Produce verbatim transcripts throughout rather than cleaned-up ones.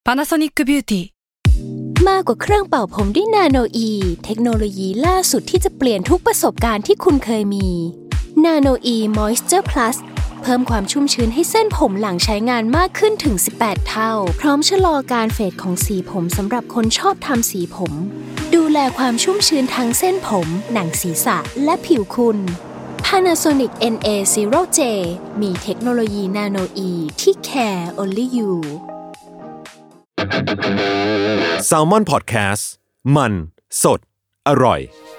Panasonic Beauty มากกว่าเครื่องเป่าผมด้วยนาโนอีเทคโนโลยีล่าสุดที่จะเปลี่ยนทุกประสบการณ์ที่คุณเคยมีนาโนอีมอยส์เจอร์พลัสเพิ่มความชุ่มชื้นให้เส้นผมหลังใช้งานมากขึ้นถึงสิบแปดเท่าพร้อมชะลอการเฟดของสีผมสำหรับคนชอบทำสีผมดูแลความชุ่มชื้นทั้งเส้นผมหนังศีรษะและผิวคุณ Panasonic เอ็น เอ ศูนย์ เจ มีเทคโนโลยีนาโนอีที่ care only you Salmon Podcast มันสดอร่อย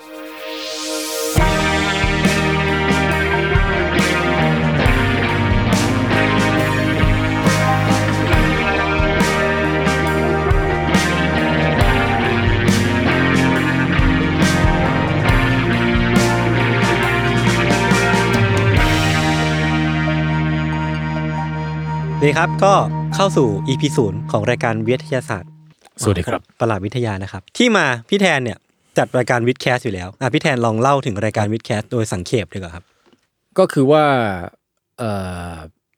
สวัสดีครับก็เข้าสู่ อี พี ศูนย์ของรายการวิทยาศาสตร์สวัสดีครับประหลาดวิทยานะครับที่มาพี่แทนเนี่ยจัดรายการวิทแคสอยู่แล้วอ่ะพี่แทนลองเล่าถึงรายการวิทแคสโดยสังเขปดีกว่าครับก็คือว่าเอ่อ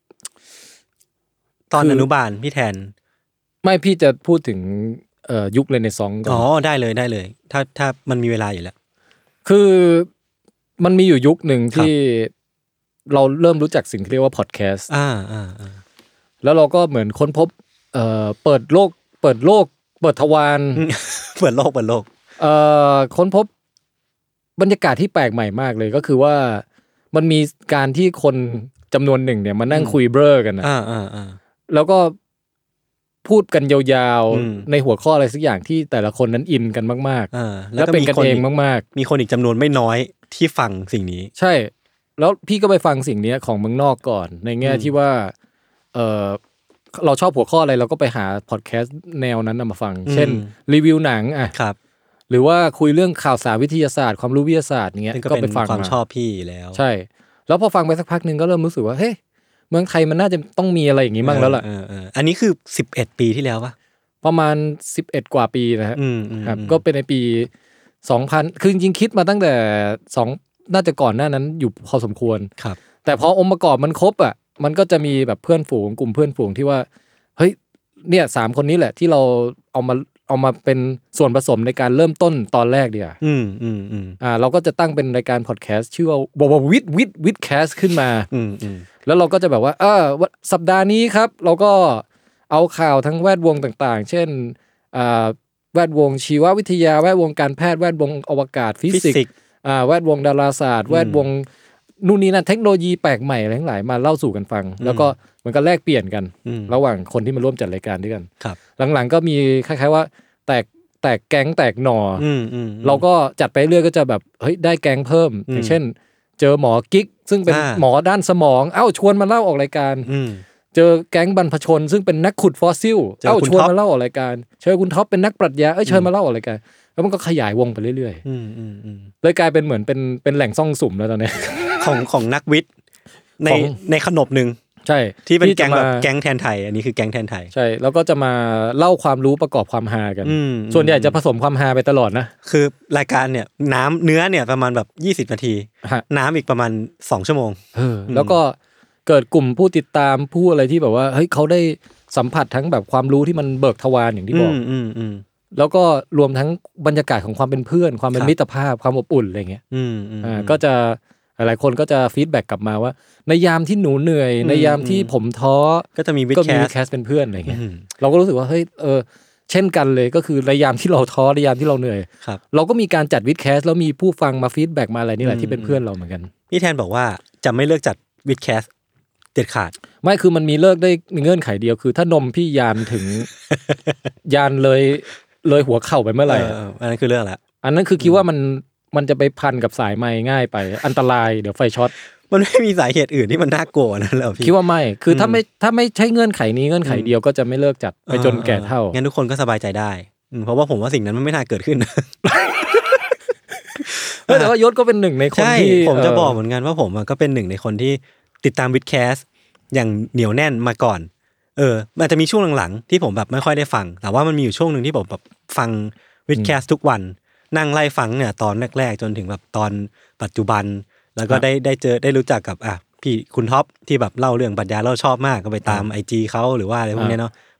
ตอนอนุบาลพี่แทนไม่พี่จะพูดถึงเอ่อยุคเรเนซองส์ก่อนอ๋อได้เลยได้เลยถ้าถ้ามันมีเวลาอยู่แล้วคือมันมีอยู่ยุคหนึ่งที่เราเริ่มรู้จักสิ่งที่เรียกว่าพอดแคสต์อ่าอ่าอ่าแล้วเราก็เหมือนค้นพบเอ่อเปิดโลกเปิดโลกเปิดทวารเปิดโลกเปิดโลกเอ่อค้นพบบรรยากาศที่แปลกใหม่มากเลยก็คือว่ามันมีการที่คนจำนวนหนึ่งเนี่ยมานั่งคุยเบ้อกันนะอ่าอ่าอ่าแล้วก็พูดกันยาวๆในหัวข้ออะไรสักอย่างที่แต่ละคนนั้นอินกันมากๆแล้วเป็นกันเองมากๆมีคนอีกจำนวนไม่น้อยที่ฟังสิ่งนี้ใช่แล้วพี่ก็ไปฟังสิ่งนี้ของเมืองนอกก่อนในแง่ที่ว่าเออเราชอบหัวข้ออะไรเราก็ไปหาพอดแคสต์แนวนั้นมาฟังเช่นรีวิวหนังอ่ะครับหรือว่าคุยเรื่องข่าวสารวิทยาศาสตร์ความรู้วิทยาศาสตร์อย่างเงี้ยก็ไปฟังมาความชอบพี่แล้วใช่แล้วพอฟังไปสักพักนึงก็เริ่มรู้สึกว่าเฮ้ยเมืองไทยมันน่าจะต้องมีอะไรอย่างงี้บ้างแล้วล่ะเออๆอันนี้คือสิบเอ็ดปีที่แล้วป่ะประมาณสิบเอ็ดกว่าปีนะฮะครับก็เป็นในปีสองพันคือจริงๆคิดมาตั้งแต่สองน่าจะก่อนหน้านั้นอยู่พอสมควรครับแต่พอองค์ประกอบมันครบอ่ะมันก็จะมีแบบเพื่อนฝูงกลุ่มเพื่อนฝูงที่ว่าเฮ้ยเนี่ยสามคนนี้แหละที่เราเอามาเอามาเป็นส่วนผสมในการเริ่มต้นตอนแรกเดียวอืมอืมอืมอ่าเราก็จะตั้งเป็นรายการพอดแคสต์ชื่อว่าบอกว่าวิทวิทวิทแคสต์ขึ้นมาอืมอืมแล้วเราก็จะแบบว่าเออสัปดาห์นี้ครับเราก็เอาข่าวทั้งแวดวงต่างๆเช่นอ่าแวดวงชีววิทยาแวดวงการแพทย์แวดวงอวกาศฟิสิกส์อ่าแวดวงดาราศาสตร์แวดวงนู่นนี่นั่นเทคโนโลยีแปลกใหม่อะไรทั้งหลายมาเล่าสู่กันฟังแล้วก็มันก็แลกเปลี่ยนกันระหว่างคนที่มาร่วมจัดรายการด้วยกันหลังๆก็มีคล้ายๆว่าแตกแตกแก๊งแตกหน่อเราก็จัดไปเรื่อยก็จะแบบเฮ้ยได้แก๊งเพิ่มอย่างเช่นเจอหมอกิ๊กซึ่งเป็นหมอด้านสมองเอ้าชวนมาเล่าออกรายการเจอแก๊งบรรพชนซึ่งเป็นนักขุดฟอสซิลเอ้าชวนมาเล่าออกรายการเชิญคุณท็อปเป็นนักปรัชญาเอ้ยเชิญมาเล่าออกรายการแล้วมันก็ขยายวงไปเรื่อยๆเลยกลายเป็นเหมือนเป็นเป็นแหล่งซ่องสุมแล้วตอนนี้ของของนักวิทย์ในในขนบนึงใช่ที่เป็นแก๊งแบบแก๊งแทนไทยอันนี้คือแก๊งแทนไทยใช่แล้วก็จะมาเล่าความรู้ประกอบความฮากันส่วนใหญ่จะผสมความฮาไปตลอดนะคือรายการเนี่ยน้ำเนื้อเนี่ยประมาณแบบยี่สิบนาทีน้ำอีกประมาณสองชั่วโมงเออแล้วก็เกิดกลุ่มผู้ติดตามผู้อะไรที่แบบว่าเฮ้ยเขาได้สัมผัสทั้งแบบความรู้ที่มันเบิกทวารอย่างที่บอกแล้วก็รวมทั้งบรรยากาศของความเป็นเพื่อนความเป็นมิตรภาพความอบอุ่นอะไรเงี้ยอ่าก็จะหลายคนก็จะฟีดแบ็กกลับมาว่าในยามที่หนูเหนื่อยในยามที่ผมท้อก็จะมีวิดแคสเป็นเพื่อนอะไรเงี้ยเราก็รู้สึกว่าเฮ้ยเออเช่นกันเลยก็คือในยามที่เราท้อในยามที่เราเหนื่อยเราก็มีการจัดวิดแคสแล้วมีผู้ฟังมาฟีดแบ็กมาอะไรนี่แหละที่เป็นเพื่อนเราเหมือนกันพี่แทนบอกว่าจะไม่เลิกจัดวิดแคสเด็ดขาดไม่คือมันมีเลิกได้เงื่อนไขเดียวคือถ้านมพี่ยานถึงยานเลยเลยหัวเข่าไปเมื่อไหร่อันนั้นคือเรื่องละอันนั้นคือคิดว่ามันมันจะไปพันกับสายไม้ง่ายไปอันตรายเดี๋ยวไฟช็อตมันไม่มีสาเหตุอื่นที่มันน่ากลัวนะแล้วพี่คิดว่าไม่คือถ้าไม่ถ้าไม่ใช่เงื่อนไขนี้เงื่อนไขเดียวก็จะไม่เลิกจัดไปจนแก่เฒ่างั้นทุกคนก็สบายใจได้เพราะว่าผมว่าสิ่งนั้นมันไม่น่าเกิดขึ้นแต่ว่ายศก็เป็นหนึ่งในคนที่ผมจะบอกเหมือนกันว่าผมก็เป็นหนึ่งในคนที่ติดตามวิดแคสอย่างเหนียวแน่นมาก่อนเออมันจะมีช่วงหลังๆที่ผมแบบไม่ค่อยได้ฟังแต่ว่ามันมีอยู่ช่วงนึงที่ผมแบบฟังวิดแคสทุกวันนั่งไล่ฟังเนี่ยตอนแรกๆจนถึงแบบตอนปัจจุบันแล้วก็ได้ได้เจอได้รู้จักกับอ่ะพี่คุณท็อปที่แบบเล่าเรื่องปรัชญาเราชอบมากก็ไปตาม ไอ จี เขาหรือว่าอะไรพวกนี้เนาะ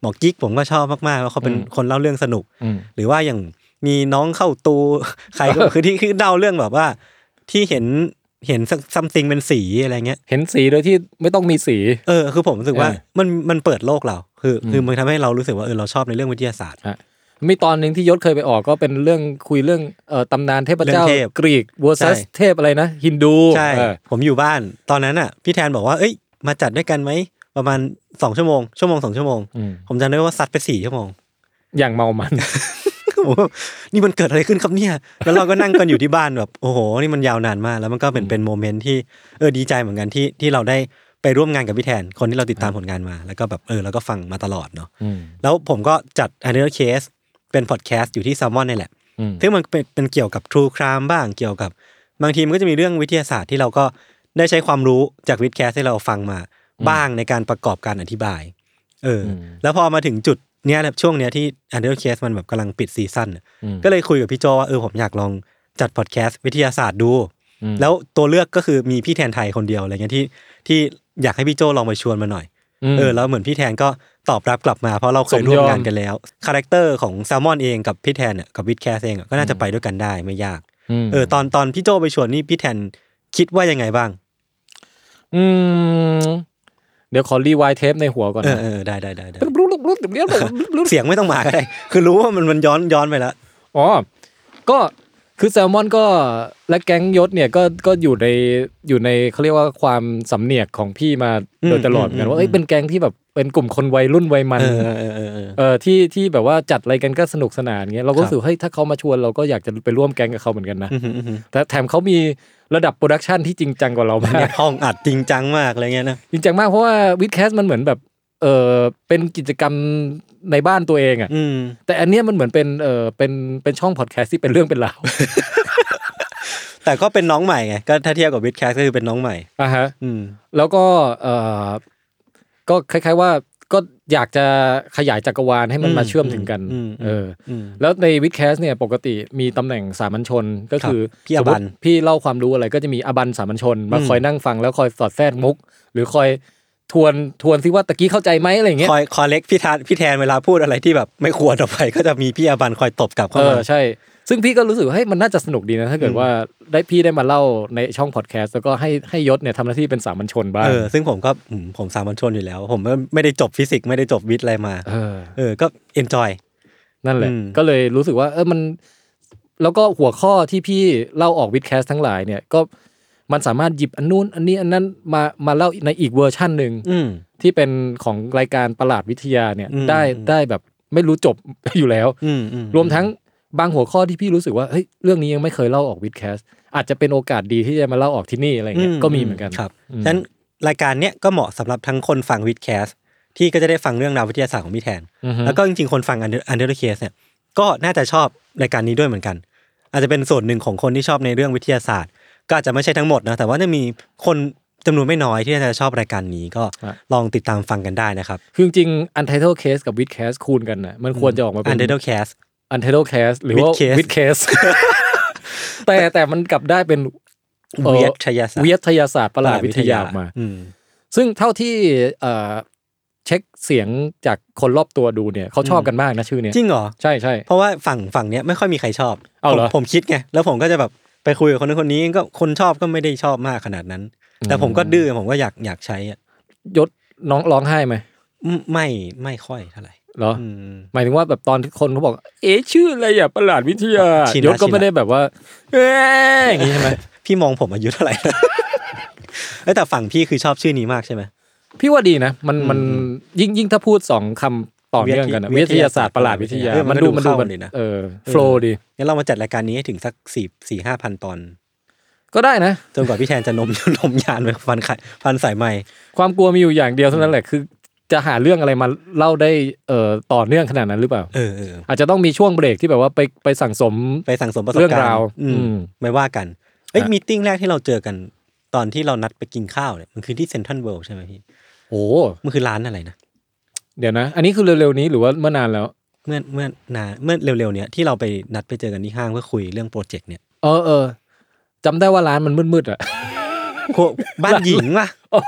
มอกิ๊กผมก็ชอบมากๆเพราะเขาเป็นคนเล่าเรื่องสนุกหรือว่าอย่างมีน้องเข้าตูใครก็คือที่คือเล่าเรื่องแบบว่าที่เห็นเห็นซัมติงเป็นสีอะไรเงี้ยเห็นสีโดยที่ไม่ต้องมีสีเออคือผมรู้สึกว่ามันมันเปิดโลกเราคือคือมันทำให้เรารู้สึกว่าเออเราชอบในเรื่องวิทยาศาสตร์มีตอนนึงที่ยศเคยไปออกก็เป็นเรื่องคุยเรื่องเอ่อตำนานเทพเจ้ากรีก versus เทพอะไรนะฮินดูใช่ผมอยู่บ้านตอนนั้นอ่ะพี่แทนบอกว่าเอ้ยมาจัดด้วยกันไหมประมาณสองชั่วโมงชั่วโมงสองชั่วโมงผมจำได้ว่าซัดไปสี่ชั่วโมงอย่างเมามันนี่มันเกิดอะไรขึ้นครับเนี่ยแล้วเราก็นั่งกันอยู่ที่บ้านแบบโอ้โหนี่มันยาวนานมากแล้วมันก็เป็นเป็นโมเมนต์ที่เออดีใจเหมือนกันที่ที่เราได้ไปร่วมงานกับพี่แทนคนที่เราติดตามผลงานมาแล้วก็แบบเออแล้วก็ฟังมาตลอดเนาะแล้วผมก็จัด Another Case เป็นพอดแคสต์อยู่ที่ Salmon นี่แหละซึ่งมันเป็นเป็นเกี่ยวกับ True Crime บ้างเกี่ยวกับบางทีมันก็จะมีเรื่องวิทยาศาสตร์ที่เราก็ได้ใช้ความรู้จากวิดแคสที่เราฟังมาบ้างในการประกอบการอธิบายเออแล้วพอมาถึงจุดเนี้ยช่วงเนี้ยที่ Another Case มันแบบกำลังปิดซีซั่นก็เลยคุยกับพี่โจว่าเออผมอยากลองจัดพอดแคสต์วิทยาศาสตร์ดูแล้วตัวเลือกก็คือมีพี่แทนไทยคนเดียวอะไรเงี้ยที่ที่อยากให้พี่โจลองไปชวนมาหน่อยเออแล้วเหมือนพี่แทนก็ตอบรับกลับมาเพราะเราเคยร่วมงานกันแล้วคาแรคเตอร์ของแซลมอนเองกับพี่แทนเนี่ยกับวิดแคสเองก็น่าจะไปด้วยกันได้ไม่ยากเออตอนตอนพี่โจไปชวนนี่พี่แทนคิดว่ายังไงบ้างอืมเดี๋ยวขอรีไวด์เทปในหัวก่อนนะเออได้ได้ได้เสียงไม่ต้องมาก็ได้คือรู้ว่ามันมันย้อนย้อนไปแล้วอ๋อก็คือแซลมอนก็และแก๊งยศเนี่ยก็ก็อยู่ในอยู่ในเขาเรียกว่าความสำเนียกของพี่มาโดยตลอดเหมือนกันว่าเอ้ยเป็นแก๊งที่แบบเป็นกลุ่มคนวัยรุ่นวัยมันเออเออเออที่ที่แบบว่าจัดอะไรกันก็สนุกสนานเงี้ยเราก็รู้สึกเฮ้ยถ้าเขามาชวนเราก็อยากจะไปร่วมแก๊งกับเขาเหมือนกันนะแต่แถมเขามีระดับโปรดักชันที่จริงจังกว่าเรามากห้องอัดจริงจังมากอะไรเงี้ยนะจริงจังมากเพราะว่าวิดแคสมันเหมือนแบบเออเป็นกิจกรรมในบ้านตัวเองอ่ะแต่อันเนี้ยมันเหมือนเป็นเออเป็นเป็นช่องพอดแคสต์ที่เป็นเรื่องเป็นราวแต่ก็เป็นน้องใหม่ไงก็ถ้าเทียบกับวิดแคสก็คือเป็นน้องใหม่อ่าฮะแล้วก็เออก็คล้ายๆว่าก็อยากจะขยายจักรวาลให้มันมาเชื่อมถึงกันเออแล้วในวิดแคสเนี่ยปกติมีตำแหน่งสามัญชนก็คือพี่อบันพี่เล่าความรู้อะไรก็จะมีอบันสามัญชนมาคอยนั่งฟังแล้วคอยสอดแทรกมุกหรือคอยทวนทวนซิว่าตะกี้เข้าใจไหมอะไรอย่างเงี้ยคอยคอเล็กพี่ทานพี่แทนเวลาพูดอะไรที่แบบไม่ควรออกไปก็จะมีพี่อบันคอยตบกลับเข้ามาเออใช่ซึ่งพี่ก็รู้สึกว่าเฮ้ยมันน่าจะสนุกดีนะถ้าเกิดว่าได้พี่ได้มาเล่าในช่องพอดแคสต์แล้วก็ให้ให้ยศเนี่ยทำหน้าที่เป็นสามัญชนบ้างเออซึ่งผมก็ผมสามัญชนอยู่แล้วผมไม่ได้จบฟิสิกส์ไม่ได้จบวิทย์อะไรมาเออเออก็เอนจอยนั่นแหละก็เลยรู้สึกว่าเออมันแล้วก็หัวข้อที่พี่เล่าออกวิดแคสทั้งหลายเนี่ยก็มันสามารถหยิบอันนู้นอันนี้อันนั้นมามาเล่าในอีกเวอร์ชั่นนึงที่เป็นของรายการประหลาดวิทยาเนี่ยได้ได้แบบไม่รู้จบอยู่แล้วรวมทั้งบางหัวข้อที่พี่รู้สึกว่าเฮ้ยเรื่องนี้ยังไม่เคยเล่าออกวิดแคสอาจจะเป็นโอกาสดีที่จะมาเล่าออกที่นี่อะไรเงี้ยก็มีเหมือนกันครับฉะนั้นรายการเนี้ยก็เหมาะสำหรับทั้งคนฟังวิดแคสที่ก็จะได้ฟังเรื่องราววิทยาศาสตร์ของพี่แทนแล้วก็จริงๆคนฟังอันเดอร์เคสเนี่ยก็น่าจะชอบรายการนี้ด้วยเหมือนกันอาจจะเป็นส่วนหนึ่งของคนที่ชอบในเรื่องวิทยาศาสตร์ก็อาจจะไม่ใช่ทั้งหมดนะแต่ว่าจะมีคนจำนวนไม่น้อยที่จะชอบรายการนี้ก็ลองติดตามฟังกันได้นะครับคือจริงๆ Untitled Case กับ Vidcast คูณกันน่ะมันควรจะออกมาเป็น Untitled Case Untitled Case หรือว่า Vidcast แต่แต่มันกลับได้เป็นวิทยาศาสตร์วิทยาศาสตร์ประหลาดวิทยามาซึ่งเท่าที่เช็คเสียงจากคนรอบตัวดูเนี่ยเขาชอบกันมากนะชื่อเนี้ยจริงเหรอใช่ใช่เพราะว่าฝั่งฝั่งเนี้ยไม่ค่อยมีใครชอบผมผมคิดไงแล้วผมก็จะแบบไปคุยกับคนนั้นคนนี้ก็คนชอบก็ไม่ได้ชอบมากขนาดนั้นแต่ผมก็ดื้อผมก็อยากอยากใช้อ่ะยศน้องร้องไห้ไหมไม่ไม่ค่อยเท่าไหร่เหรอหมายถึงว่าแบบตอนที่คนเขาบอกเอ๊ะชื่ออะไรอ่ะประหลาดวิทยายศก็ไม่ได้แบบว่าเอ๊ะอย่างงี้ใช่ไหมพี่มองผมอายุเท่าไหร่แต่ฝั่งพี่คือชอบชื่อนี้มากใช่ไหมพี่ว่าดีนะมันมันยิ่งยิ่งถ้าพูดสองคำต่อเนื่องกันวิทยาศาสตร์ประหลาดวิทยามันดูมันดูมันเออโฟล์ดีงั้นเรามาจัดรายการนี้ให้ถึงสักสี่สี่ห้าพันตอนก็ได้นะจนกว่าพี่แทนจะนมนมยานไปฟันไข่ฟันสายใหม่ความกลัวมีอยู่อย่างเดียวเท่านั้นแหละคือจะหาเรื่องอะไรมาเล่าได้เอ่อต่อเนื่องขนาดนั้นหรือเปล่าเออๆอาจจะต้องมีช่วงเบรกที่แบบว่าไปไปสั่งสมไปสั่งสมประสบการณ์เรื่องราวอืมไม่ว่ากันเอ้ยมีตติ้งแรกที่เราเจอกันตอนที่เรานัดไปกินข้าวเนี่ยมันคือที่เซ็นทรัลเวิลด์ใช่มั้ยพี่โอ้มันคือร้านอะไรนะเดี๋ยวนะอันนี้คือเร็วๆนี้หรือว่าเมื่อนานแล้วเมื่อเมื่อนานเมื่อเร็วๆเนี้ยที่เราไปนัดไปเจอกันที่ห้างเพื่อคุยเรื่องโปรเจกต์เนี่ยเออๆจำได้ว่าร้านมันมืดๆอ่ะบ้านหญิงว่ะ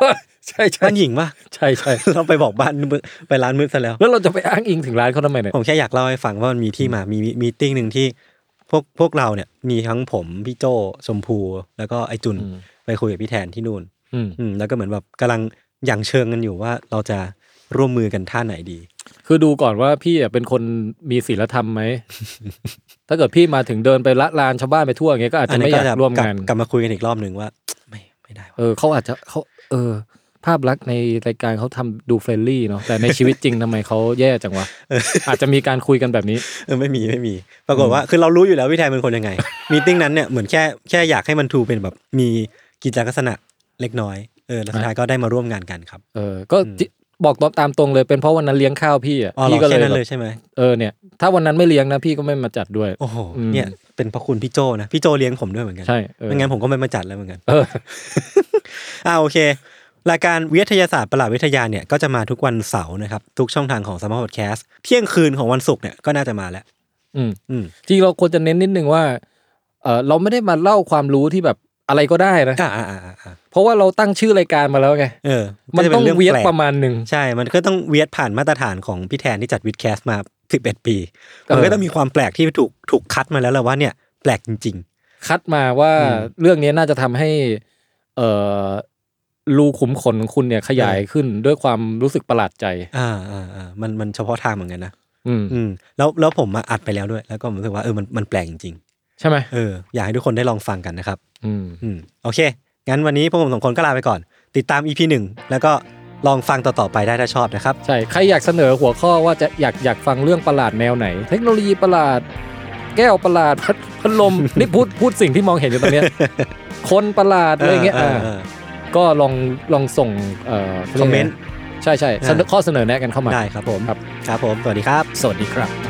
ใช่ใช่บ้านหญิงป่ะใช่ใช่เราไปบอกบ้านมืดไปร้านมืดซะแล้วแล้วเราจะไปอ้างอิงถึงร้านเขาทำไมเนี่ยผมแค่อยากเล่าให้ฟังว่ามันมีที่มามีมีติ้งหนึ่งที่พวกพวกเราเนี่ยมีทั้งผมพี่โจชมพูแล้วก็ไอจุนไปคุยกับพี่แทนที่นู่นอืมอืมแล้วก็เหมือนแบบกำลังอย่างเชิงกันอยู่ว่าเราจะร่วมมือกันท่าไหนดีคือดูก่อนว่าพี่อ่ะเป็นคนมีศีลธรรมไหม ถ้าเกิดพี่มาถึงเดินไปละลานชาวบ้านไปทั่วอย่างเงี้ยก็อาจจะไม่อยากร่วมงานกลับมาคุยกันอีกรอบหนึ่งว่าไม่ไม่ได้เออเขาอาจจะเขาเออภาพลักษณ์ในรายการเขาทำดูเฟรนลี่เนาะแต่ในชีวิตจริงทำไมเขาแย่จังวะ อาจจะมีการคุยกันแบบนี้เออไม่มีไม่มีปรากฏว่าคือเรารู้อยู่แล้วพี่แทนเป็นคนยังไง มีติ้งนั้นเนี่ยเหมือนแค่แค่อยากให้มันดูเป็นแบบมีกิจลักษณะเล็กน้อยเออแล้วสุดท้ายก็ได้มาร่วมงานกันครับเออก็บอกตามตรงเลยเป็นเพราะวันนั้นเลี้ยงข้าวพี่อ่ะพี่ก็เลยนั้นเลยใช่ไหมเออเนี่ยถ้าวันนั้นไม่เลี้ยงนะพี่ก็ไม่มาจัดด้วยโอ้โหเนี่ยเป็นเพราะคุณพี่โจนะพี่โจเลี้ยงผมด้วยเหมือนกันใช่ไม่งั้นผมก็ไม่มาจัดแล้วเหมือนกันเอออ่าโอเครายการวิทยาศาสตร์ประหลาดวิทยาเนี่ยก็จะมาทุกวันเสาร์นะครับทุกช่องทางของ Smartphone Podcast เที่ยงคืนของวันศุกร์เนี่ยก็น่าจะมาแล้วอืมอืมจริงเราควรจะเน้นนิดนึงว่าเออเราไม่ได้มาเล่าความรู้ที่แบบอะไรก็ได้นะอ่าอ่าอ่าเพราะว่าเราตั้งชื่อรายการมาแล้วไงเออมันต้องเวียดประมาณนึงใช่มันก็ต้องเวียดผ่านมาตรฐานของพี่แทนที่จัดวิดแคสต์มาสิบเอ็ดปีมันก็ต้องมีความแปลกที่ถูกถูกคัดมาแล้วแหละว่าเนี่ยแปลกจริงๆคัดมาว่าเรื่องนี้น่าจะทำให้เอ่อรูขุมขนของคุณเนี่ยขยายขึ้นด้วยความรู้สึกประหลาดใจอ่าอ่าอ่ามันมันเฉพาะทางเหมือนกันนะอืมอืมแล้วแล้วผมมาอัดไปแล้วด้วยแล้วก็รู้สึกว่าเออมันมันแปลกจริงๆใช่ไหมเอออยากให้ทุกคนได้ลองฟังกันนะครับอืมอืมโอเคงั้นวันนี้พวกผมสองคนก็ลาไปก่อนติดตาม อี พี หนึ่งแล้วก็ลองฟังต่อๆไปได้ถ้าชอบนะครับใช่ใครอยากเสนอหัวข้อว่าจะอยากอยากฟังเรื่องประหลาดแนวไหนเทคโนโลยีประหลาดแก้วประหลาดพัดลม นี่พูดพูดสิ่งที่มองเห็นอยู่ตอนนี้ คนประหลาดอะไรเงี้ยอ่าก็ลองลองส่งเอ่อคอมเมนต์ใช่ๆข้อเสนอแนะกันเข้ามาได้ครับผมครับครับผมสวัสดีครับสวัสดีครับ